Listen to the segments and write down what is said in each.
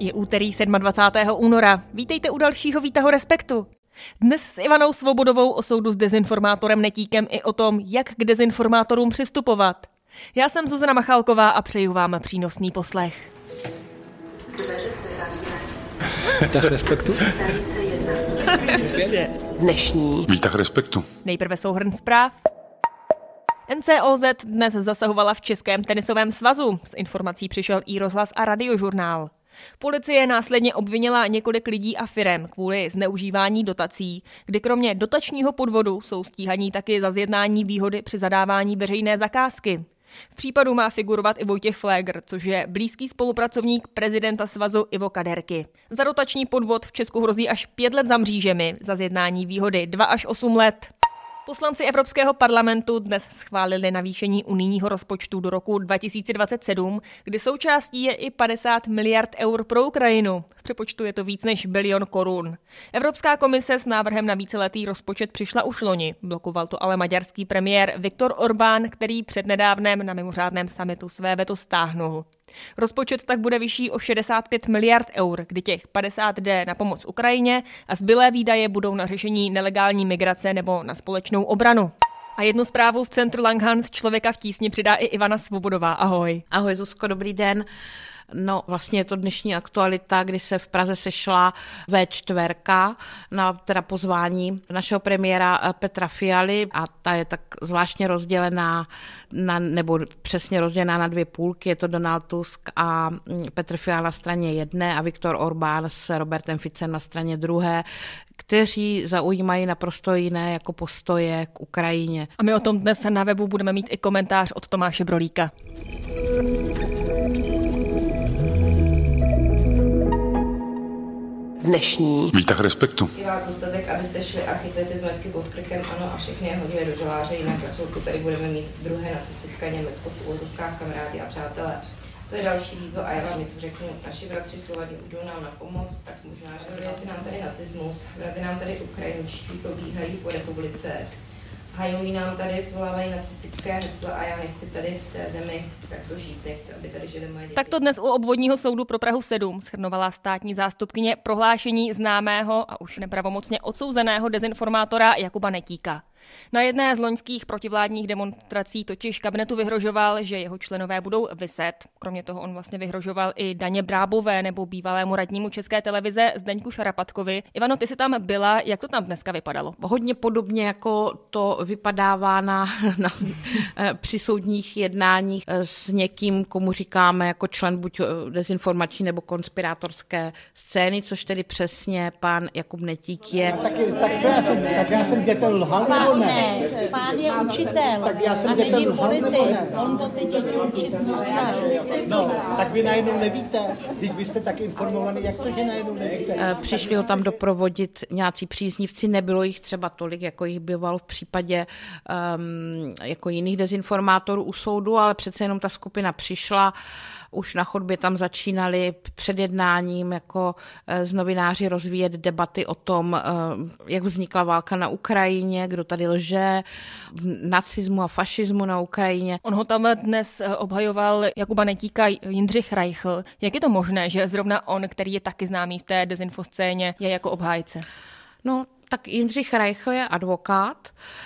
Je úterý 27. února. Vítejte u dalšího výtahu Respektu. Dnes s Ivanou Svobodovou o soudu s dezinformátorem Netíkem i o tom, jak k dezinformátorům přistupovat. Já jsem Zuzana Machálková a přeju vám přínosný poslech. Výtah Respektu? Dnešní Výtah Respektu. Nejprve souhrn zpráv. NCOZ dnes zasahovala v Českém tenisovém svazu. S informací přišel iRozhlas a Radiožurnál. Policie následně obvinila několik lidí a firem kvůli zneužívání dotací, kdy kromě dotačního podvodu jsou stíhaní taky za zjednání výhody při zadávání veřejné zakázky. V případu má figurovat i Vojtěch Pfléger, což je blízký spolupracovník prezidenta svazu Ivo Kaderky. Za dotační podvod v Česku hrozí až 5 let za mřížemi, za zjednání výhody 2 až 8 let. Poslanci Evropského parlamentu dnes schválili navýšení unijního rozpočtu do roku 2027, kdy součástí je i 50 miliard eur pro Ukrajinu. V přepočtu je to víc než bilion korun. Evropská komise s návrhem na víceletý rozpočet přišla už loni. Blokoval to ale maďarský premiér Viktor Orbán, který přednedávnem na mimořádném summitu své veto stáhnul. Rozpočet tak bude vyšší o 65 miliard eur, kdy těch 50 jde na pomoc Ukrajině a zbylé výdaje budou na řešení nelegální migrace nebo na společnou obranu. A jednu zprávu v centru Langhans Člověka v tísni přidá i Ivana Svobodová. Ahoj. Ahoj Zuzko, dobrý den. No vlastně je to dnešní aktualita, kdy se v Praze sešla V4 na teda pozvání našeho premiéra Petra Fialy a ta je tak zvláštně rozdělená nebo přesně rozdělená na dvě půlky. Je to Donald Tusk a Petr Fiala na straně jedné a Viktor Orbán s Robertem Ficem na straně druhé, kteří zaujímají naprosto jiné jako postoje k Ukrajině. A my o tom dnes na webu budeme mít i komentář od Tomáše Brolíka. Dnešní Výtah Respektu. Je vás dostatek, abyste šli a chytli ty zmetky pod krkem, ano, a všechny je hodili do žaláře, jinak za chvilku tady budeme mít druhé nacistické Německo v uvozovkách, kamarádi a přátelé. To je další výzva a já vám něco řeknu. Naši bratři Slovani už jdou nám na pomoc, tak možná, že jestli nám tady nacismus, vrazi nám tady ukrajinští pobíhají po republice, hajují nám tady, svolávají nacistické hesla a já nechci tady v té zemi takto žít, nechci, aby tady žili moje děti. Tak to dnes u obvodního soudu pro Prahu 7 shrnovala státní zástupkyně prohlášení známého a už nepravomocně odsouzeného dezinformátora Jakuba Netíka. Na jedné z loňských protivládních demonstrací totiž kabinetu vyhrožoval, že jeho členové budou viset. Kromě toho on vlastně vyhrožoval i Daně Brábové nebo bývalému radnímu České televize Zdeňku Šarapatkovi. Ivano, ty jsi tam byla, jak to tam dneska vypadalo? Hodně podobně, jako to vypadává při soudních jednáních s někým, komu říkáme jako člen buď dezinformační nebo konspirátorské scény, což tedy přesně pan Jakub Netík je. Tak já jsem dětel lhal, nebo ne? Pán je učitel Tak já jsem a není dětem lhal, nebo politik. ne? On to ty děti učit musel. No, tak vy najednou nevíte. Teď vy jste tak informovaný, jak to, že najednou nevíte? Přišli ho tam doprovodit nějací příznivci, nebylo jich třeba tolik, jako jich bývalo v případě jako jiných dezinformátorů u soudu, ale přece jenom ta skupina přišla. Už na chodbě tam začínali před jednáním jako s novináři rozvíjet debaty o tom, jak vznikla válka na Ukrajině, kdo tady lže, nacismu a fašismu na Ukrajině. On ho tam dnes obhajoval Jakuba Netíka Jindřich Reichl. Jak je to možné, že zrovna on, který je taky známý v té dezinfoscéně, je jako obhájce? No, tak Jindřich Reichl je advokát.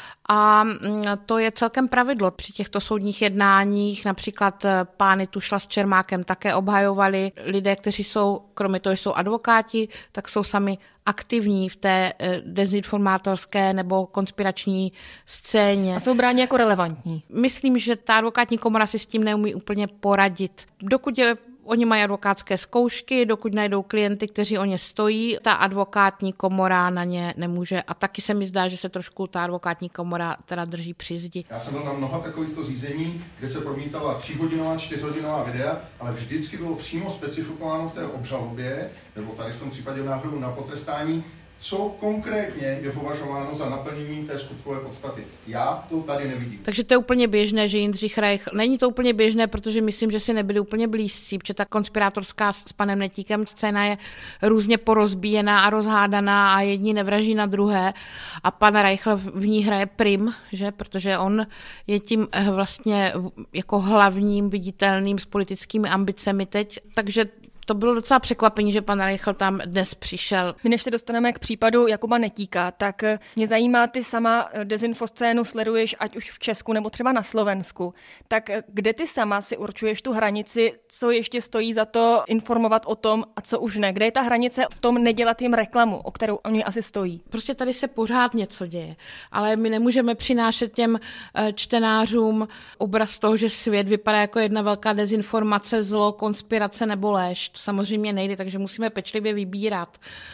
A to je celkem pravidlo při těchto soudních jednáních. Například pány Tušla s Čermákem také obhajovali lidé, kteří jsou, kromě toho, že jsou advokáti, tak jsou sami aktivní v té dezinformátorské nebo konspirační scéně. A jsou bráni jako relevantní. Myslím, že ta advokátní komora si s tím neumí úplně poradit. Dokud oni mají advokátské zkoušky, dokud najdou klienty, kteří o ně stojí, ta advokátní komora na ně nemůže. A taky se mi zdá, že se trošku ta advokátní komora teda drží při zdi. Já jsem byl na mnoha takovýchto řízení, kde se promítala 3hodinová, 4hodinová videa, ale vždycky bylo přímo specifikováno v té obžalobě, nebo tady v tom případě návrhu na potrestání, co konkrétně je považováno za naplnění té skutkové podstaty. Já to tady nevidím. Takže to je úplně běžné, že Jindřich Reichl... Není to úplně běžné, protože myslím, že si nebyli úplně blízcí, protože ta konspirátorská s panem Netíkem scéna je různě porozbíjená a rozhádaná a jedni nevraží na druhé a pan Reichl v ní hraje prim, že? Protože on je tím vlastně jako hlavním viditelným s politickými ambicemi teď, takže To bylo docela překvapení, že pan Reichl tam dnes přišel. My než se dostaneme k případu Jakuba Netíka, tak mě zajímá, ty sama dezinfoscénu sleduješ ať už v Česku nebo třeba na Slovensku. Tak kde ty sama si určuješ tu hranici, co ještě stojí za to informovat o tom a co už ne? Kde je ta hranice v tom nedělat jim reklamu, o kterou oni asi stojí? Prostě tady se pořád něco děje, ale my nemůžeme přinášet těm čtenářům obraz toho, že svět vypadá jako jedna velká dezinformace, zlo, konspirace nebo lež. To samozřejmě nejde, takže musíme pečlivě vybírat.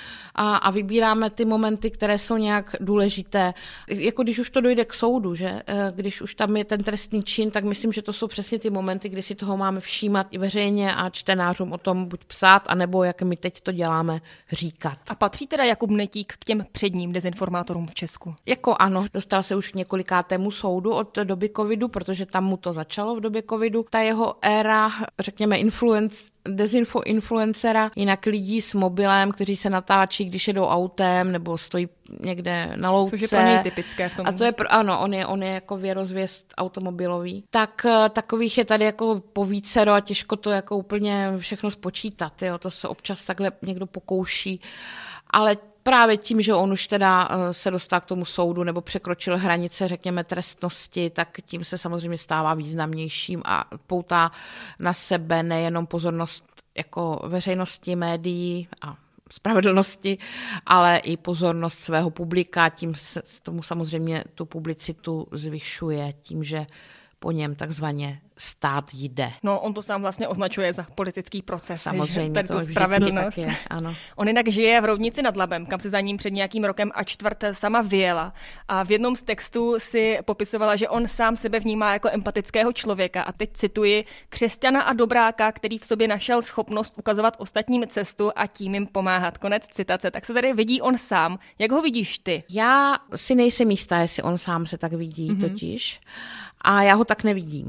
A vybíráme ty momenty, které jsou nějak důležité. Jako když už to dojde k soudu, že? Když už tam je ten trestný čin, tak myslím, že to jsou přesně ty momenty, kdy si toho máme všímat i veřejně a čtenářům o tom buď psát, anebo jak my teď to děláme, říkat. A patří teda Jakub Netík k těm předním dezinformátorům v Česku? Jako ano, dostal se už k několikátému soudu od doby covidu, protože tam mu to začalo v době covidu. Ta jeho éra, řekněme, dezinfo-influencera, jinak lidí s mobilem, kteří se natáčí, když jedou autem nebo stojí někde na louce. Což je pro něj typické v tom. A to je ano, on je jako věrozvěst automobilový. Tak takových je tady jako povícero a těžko to jako úplně všechno spočítat. Jo? To se občas takhle někdo pokouší. Ale právě tím, že on už teda se dostal k tomu soudu nebo překročil hranice, řekněme, trestnosti, tak tím se samozřejmě stává významnějším a poutá na sebe nejenom pozornost jako veřejnosti, médií a spravedlnosti, ale i pozornost svého publika. Tím se tomu samozřejmě tu publicitu zvyšuje, tím, že po něm takzvaně stát jde. No, on to sám vlastně označuje za politický proces. Samozřejmě, to spravedlnost. Tak je, ano. On jinak žije v Roudnici nad Labem, kam se za ním před nějakým rokem a čtvrt sama vyjela. A v jednom z textů si popisovala, že on sám sebe vnímá jako empatického člověka. A teď cituji, křesťana a dobráka, který v sobě našel schopnost ukazovat ostatním cestu a tím jim pomáhat. Konec citace. Tak se tady vidí on sám. Jak ho vidíš ty? Já si nejsem jistá, jestli on sám se tak vidí totiž. A já ho tak nevidím.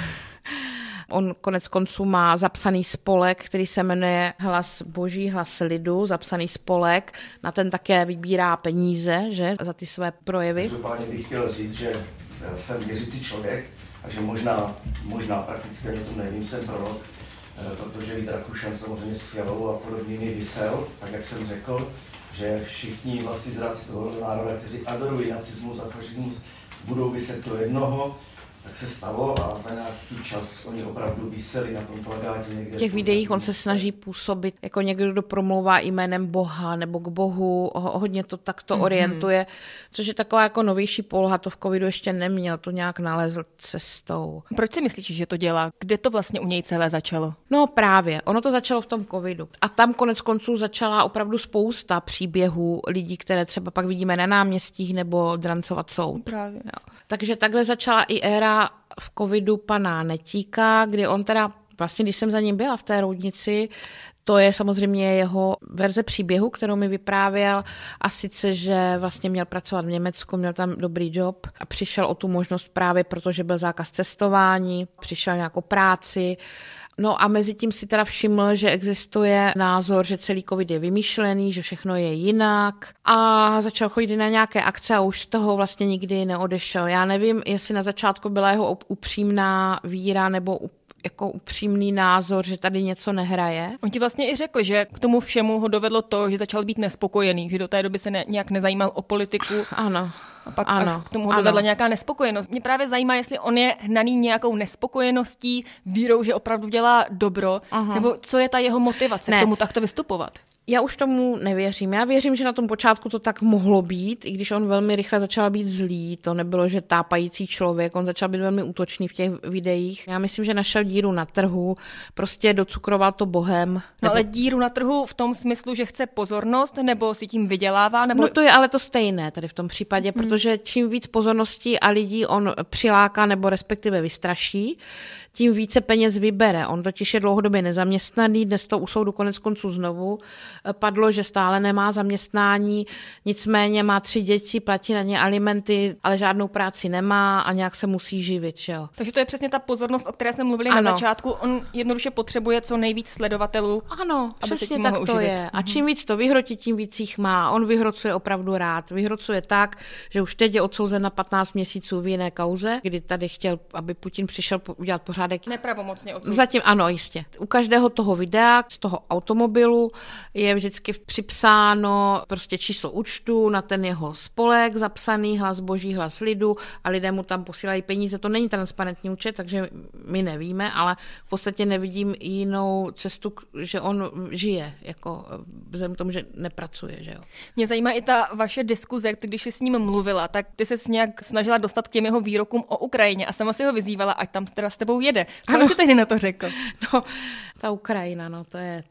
On konec konců má zapsaný spolek, který se jmenuje Hlas Boží, Hlas lidu, zapsaný spolek. Na ten také vybírá peníze, že, za ty své projevy. Každopádně bych chtěl říct, že jsem věřící člověk a že možná prakticky o tom nevím, jsem prorok, protože Vít Rakušan samozřejmě s Fialou a podobnými visel, tak jak jsem řekl, že všichni vlastně zráci toho národa, kteří adorují nacismus a fašismus, budou vyset do jednoho. Tak se stalo a za nějaký čas oni opravdu viseli na tom plakátě někde. V těch videích on se snaží působit jako někdo, kdo promlouvá jménem Boha nebo k Bohu, hodně to takto orientuje, což je taková jako novější poloha, to v covidu ještě neměl, to nějak nalezl cestou. Proč si myslíš, že to dělá? Kde to vlastně u něj celé začalo? No právě, ono to začalo v tom covidu. A tam konec konců začala opravdu spousta příběhů lidí, které třeba pak vidíme na náměstích nebo drancovat soud. Právě. Jo. Takže takhle začala i éra v covidu pana Netíka, kdy on teda, vlastně když jsem za ním byla v té Roudnici, to je samozřejmě jeho verze příběhu, kterou mi vyprávěl, a sice, že vlastně měl pracovat v Německu, měl tam dobrý job a přišel o tu možnost právě protože byl zákaz cestování, přišel nějakou práci. No a mezi tím si teda všiml, že existuje názor, že celý covid je vymýšlený, že všechno je jinak, a začal chodit na nějaké akce a už z toho vlastně nikdy neodešel. Já nevím, jestli na začátku byla jeho upřímná víra nebo jako upřímný názor, že tady něco nehraje. On ti vlastně i řekl, že k tomu všemu ho dovedlo to, že začal být nespokojený, že do té doby se nějak nezajímal o politiku. Ano. A pak až k tomu ho dovedla nějaká nespokojenost. Mě právě zajímá, jestli on je hnaný nějakou nespokojeností, vírou, že opravdu dělá dobro, nebo co je ta jeho motivace k tomu takto vystupovat. Já už tomu nevěřím. Já věřím, že na tom počátku to tak mohlo být, i když on velmi rychle začal být zlý. To nebylo, že tápající člověk, on začal být velmi útočný v těch videích. Já myslím, že našel díru na trhu, prostě docukroval to Bohem. No ale díru na trhu v tom smyslu, že chce pozornost, nebo si tím vydělává? Nebo... No to je ale to stejné tady v tom případě, protože čím víc pozorností a lidí on přiláká nebo respektive vystraší, tím více peněz vybere. On totiž je dlouhodobě nezaměstnaný, dnes to u soudu konec konců znovu padlo, že stále nemá zaměstnání, nicméně má 3 děti, platí na ně alimenty, ale žádnou práci nemá a nějak se musí živit. Že jo? Takže to je přesně ta pozornost, o které jsme mluvili na začátku. On jednoduše potřebuje co nejvíc sledovatelů. Ano, přesně tak to je. A čím víc to vyhrotí, tím víc jich má. On vyhrocuje opravdu rád. Vyhrocuje tak, že už teď je odsouzen na 15 měsíců v jiné kauze, kdy tady chtěl, aby Putin přišel udělat pořádek. Nepravomocně odsouzen. Zatím ano, jistě. U každého toho videa z toho automobilu je vždycky připsáno prostě číslo účtu na ten jeho spolek zapsaný, hlas boží, hlas lidu a lidé mu tam posílají peníze. To není transparentní účet, takže my nevíme, ale v podstatě nevidím jinou cestu, že on žije, jako vzhledem k tomu, že nepracuje. Že jo. Mě zajímá i ta vaše diskuze, když jsi s ním mluvila, tak ty se nějak snažila dostat k těm jeho výrokům o Ukrajině a sama si ho vyzývala, ať tam teda s tebou jede. Co ty tehdy na to řekl? No, ta Ukrajina, no to je.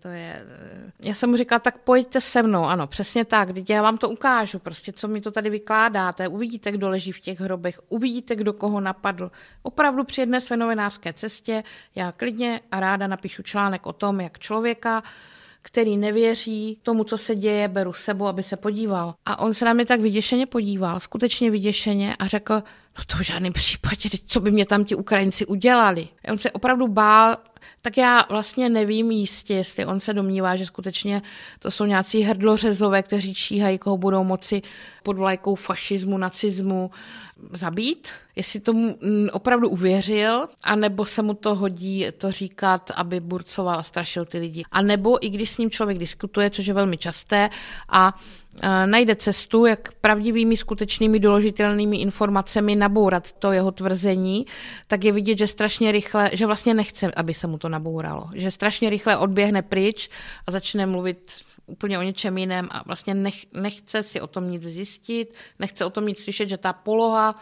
Já jsem mu říkala, tak pojďte se mnou, ano, přesně tak, teď já vám to ukážu, prostě co mi to tady vykládáte, uvidíte, kdo leží v těch hrobech, uvidíte, kdo koho napadl. Opravdu při jedné své novinářské cestě já klidně a ráda napíšu článek o tom, jak člověka, který nevěří tomu, co se děje, beru sebou, aby se podíval. A on se na mě tak vyděšeně podíval, skutečně vyděšeně a řekl, no to v žádném případě, co by mě tam ti Ukrajinci udělali. A on se opravdu bál, tak já vlastně nevím jistě, jestli on se domnívá, že skutečně to jsou nějací hrdlořezové, kteří číhají, koho budou moci pod vlajkou fašismu, nacismu zabít. Jestli tomu opravdu uvěřil, anebo se mu to hodí to říkat, aby burcoval a strašil ty lidi. A nebo i když s ním člověk diskutuje, což je velmi časté, a najde cestu, jak pravdivými, skutečnými, doložitelnými informacemi nabourat to jeho tvrzení, tak je vidět, že strašně rychle, že vlastně nechce, aby se mu to nabouralo. Že strašně rychle odběhne pryč a začne mluvit úplně o něčem jiném a vlastně nechce si o tom nic zjistit, nechce o tom nic slyšet, že ta poloha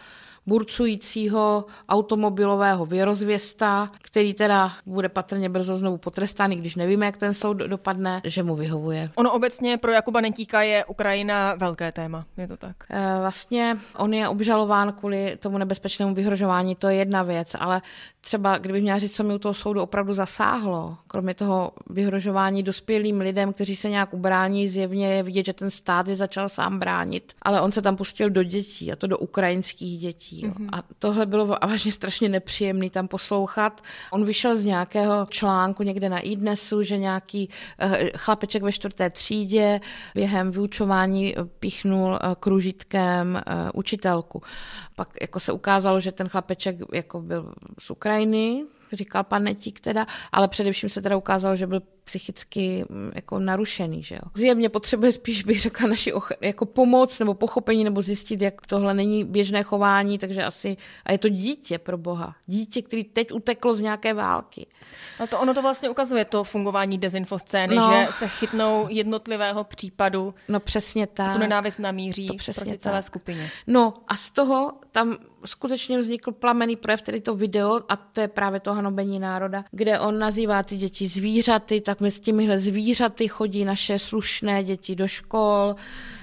burcujícího automobilového věrozvěsta, který teda bude patrně brzo znovu potrestaný, když nevíme, jak ten soud dopadne, že mu vyhovuje. Ono obecně pro Jakuba Netíka je Ukrajina velké téma, je to tak? Vlastně on je obžalován kvůli tomu nebezpečnému vyhrožování, to je jedna věc, ale třeba kdybych měla říct, co mi u toho soudu opravdu zasáhlo, kromě toho vyhrožování dospělým lidem, kteří se nějak ubrání, zjevně je vidět, že ten stát je začal sám bránit, ale on se tam pustil do dětí, a to do ukrajinských dětí. Mm-hmm. A tohle bylo vážně strašně nepříjemný tam poslouchat. On vyšel z nějakého článku někde na iDnesu, že nějaký chlapeček ve 4. třídě během vyučování píchnul kružítkem učitelku. Pak jako se ukázalo, že ten chlapeček jako byl z Ukrajiny, říkal pan Netík teda, ale především se teda ukázalo, že byl psychicky jako narušený, že jo. Zjevně potřebuje spíš, bych řekla, naši jako pomoc nebo pochopení nebo zjistit, jak tohle není běžné chování, takže asi, a je to dítě pro boha. Dítě, který teď uteklo z nějaké války. A to ono to vlastně ukazuje, to fungování dezinfoscény, že se chytnou jednotlivého případu. No přesně tak. Tu nenávist namíří proti tak. celé skupině. No a z toho tam skutečně vznikl plamenný projev, tedy to video, a to je právě to hanobení národa, kde on nazývá ty děti zvířaty, tak my s těmihle zvířaty chodí naše slušné děti do škol,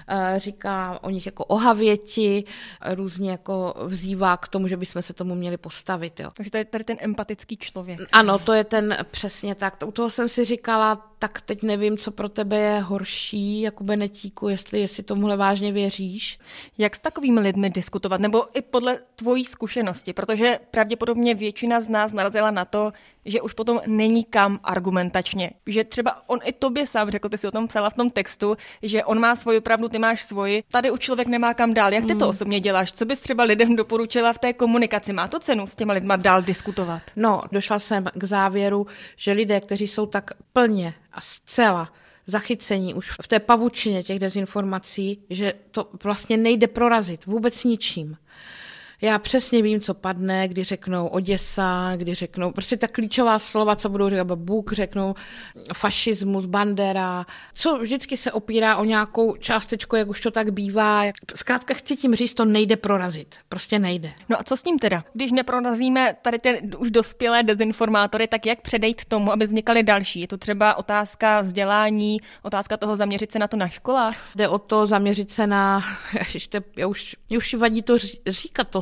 říká o nich jako ohavěti, různě jako vzývá k tomu, že bychom se tomu měli postavit. Jo. Takže to je tady ten empatický člověk. Ano, to je ten přesně tak. U toho jsem si říkala, tak teď nevím, co pro tebe je horší, Jakube Netíku, jestli tomuhle vážně věříš. Jak s takovými lidmi diskutovat, nebo i podle tvojí zkušenosti, protože pravděpodobně většina z nás narazila na to, že už potom není kam argumentačně. Že třeba on i tobě sám řekl, ty si o tom psala v tom textu, že on má svoji pravdu, ty máš svoji. Tady už člověk nemá kam dál. Jak ty to osobně děláš? Co bys třeba lidem doporučila v té komunikaci? Má to cenu s těma lidma dál diskutovat? No, došla jsem k závěru, že lidé, kteří jsou tak plně a zcela zachycení už v té pavučině těch dezinformací, že to vlastně nejde prorazit vůbec ničím. Já přesně vím, co padne, kdy řeknou Oděsa, kdy řeknou prostě ta klíčová slova, co budou říkat Bůh, řeknou fašismus, Bandera, co vždycky se opírá o nějakou částečku, jak už to tak bývá. Zkrátka chci tím říct, to nejde prorazit. Prostě nejde. No a co s tím teda? Když neprorazíme tady ty už dospělé dezinformátory, tak jak předejít tomu, aby vznikaly další? Je to třeba otázka vzdělání, otázka toho zaměřit se na to na školách? Jde o to zaměřit se na, mě už vadí to říkat to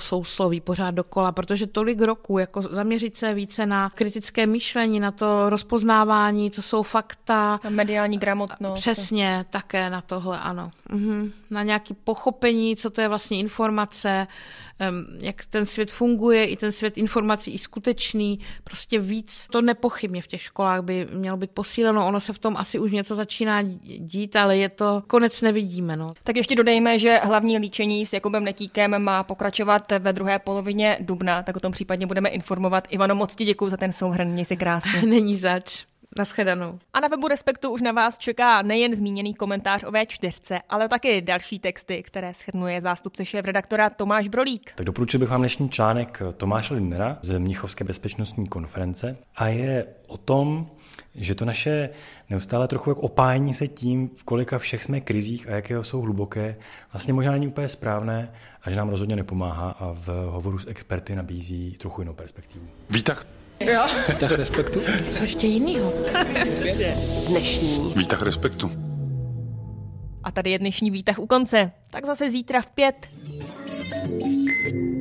sousloví pořád dokola, protože tolik roků, jako zaměřit se více na kritické myšlení, na to rozpoznávání, co jsou fakta. A mediální gramotnost. Přesně, také na tohle, ano. Na nějaké pochopení, co to je vlastně informace, jak ten svět funguje, i ten svět informací i skutečný, prostě víc. To nepochybně v těch školách by mělo být posíleno, ono se v tom asi už něco začíná dít, ale je to, konec nevidíme. No. Tak ještě dodejme, že hlavní líčení s Jakubem Netíkem má pokračovat ve druhé polovině dubna, tak o tom případně budeme informovat. Ivano, moc ti děkuju za ten souhrn, měj se krásně. Není zač. Nashledanou. A na webu Respektu už na vás čeká nejen zmíněný komentář o V4, ale taky další texty, které shrnuje zástupce šéfredaktora Tomáš Brolík. Tak doporučil bych vám dnešní článek Tomáše Lindnera z Mnichovské bezpečnostní konference a je o tom, že to naše neustále trochu jak opájení se tím, v kolika všech jsme krizích a jakého jsou hluboké, vlastně možná není úplně správné a že nám rozhodně nepomáhá a v hovoru s experty nabízí trochu jinou perspektivu. Výtah. Jo. Výtah Respektu. Co ještě jinýho? Dnešní. Výtah Respektu. A tady je dnešní výtah u konce. Tak zase zítra v 5.